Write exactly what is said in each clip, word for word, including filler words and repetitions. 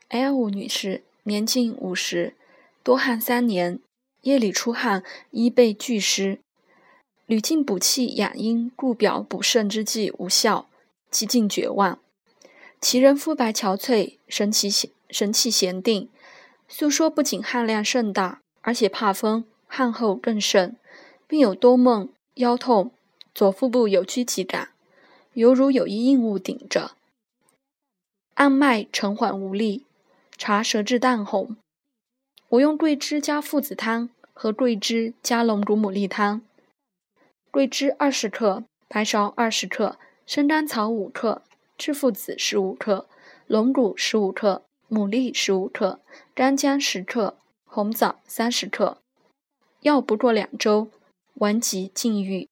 L 女士，年近五十，多汗三年，夜里出汗，衣被俱湿，屡进补气养阴固表补肾之计无效，几近绝望。其人肤白憔悴，神气神气闲定，诉说不仅汗量甚大，而且怕风，汗后更甚，并有多梦、腰痛，左腹部有拘急感，犹如有一硬物顶着。按脉沉缓无力，查舌质淡红。我用桂枝加附子汤和桂枝加龙骨牡蛎汤。桂枝二十克，白芍二十克，生甘草五克，赤附子十五克，龙骨十五克，牡蛎十五克，干姜十克，红枣三十克。药不过两周，顽疾禁欲。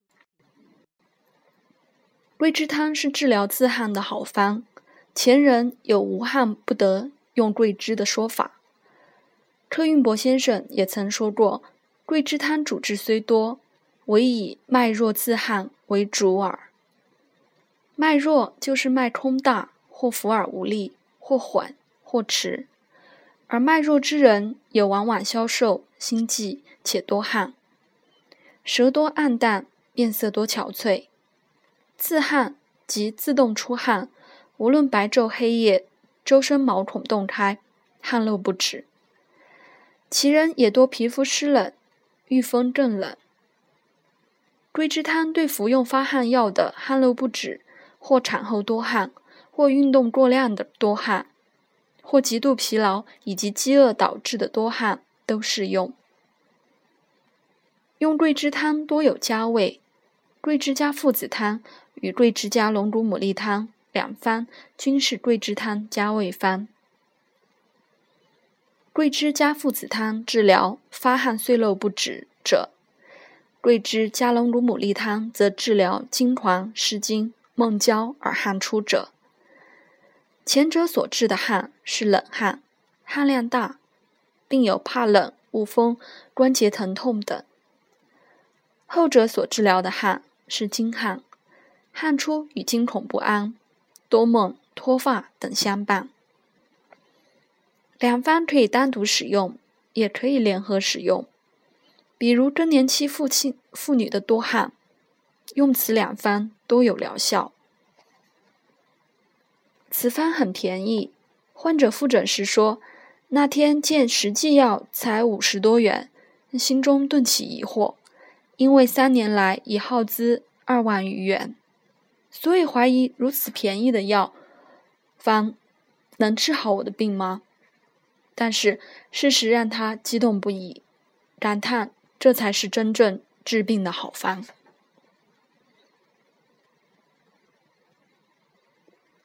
桂枝汤是治疗自汗的好方，前人有无汗不得用桂枝的说法。柯运伯先生也曾说过，桂枝汤主治虽多，唯以脉弱自汗为主耳。脉弱就是脉空大，或浮而无力，或缓，或迟。而脉弱之人也往往消瘦、心悸，且多汗，舌多暗淡，面色多憔悴。自汗即自动出汗，无论白昼黑夜，周身毛孔洞开，汗漏不止。其人也多皮肤湿冷，遇风更冷。桂枝汤对服用发汗药的汗漏不止，或产后多汗，或运动过量的多汗，或极度疲劳以及饥饿导致的多汗都适用。用桂枝汤多有加味，桂枝加附子汤与桂枝加龙骨牡蛎汤两方均是桂枝汤加味方。桂枝加附子汤治疗发汗虽漏不止者，桂枝加龙骨牡蛎汤则治疗惊黄、失精、梦焦而汗出者。前者所治的汗是冷汗，汗量大，并有怕冷、恶风、关节疼痛等。后者所治疗的汗是惊汗，汗出与惊恐不安、多梦、脱发等相伴。两方可以单独使用，也可以联合使用。比如更年期妇亲妇女的多汗，用此两方都有疗效。此方很便宜，患者复诊时说，那天见实际药才五十多元，心中顿起疑惑，因为三年来已耗资二万余元，所以怀疑如此便宜的药方能治好我的病吗？但是事实让他激动不已，感叹这才是真正治病的好方。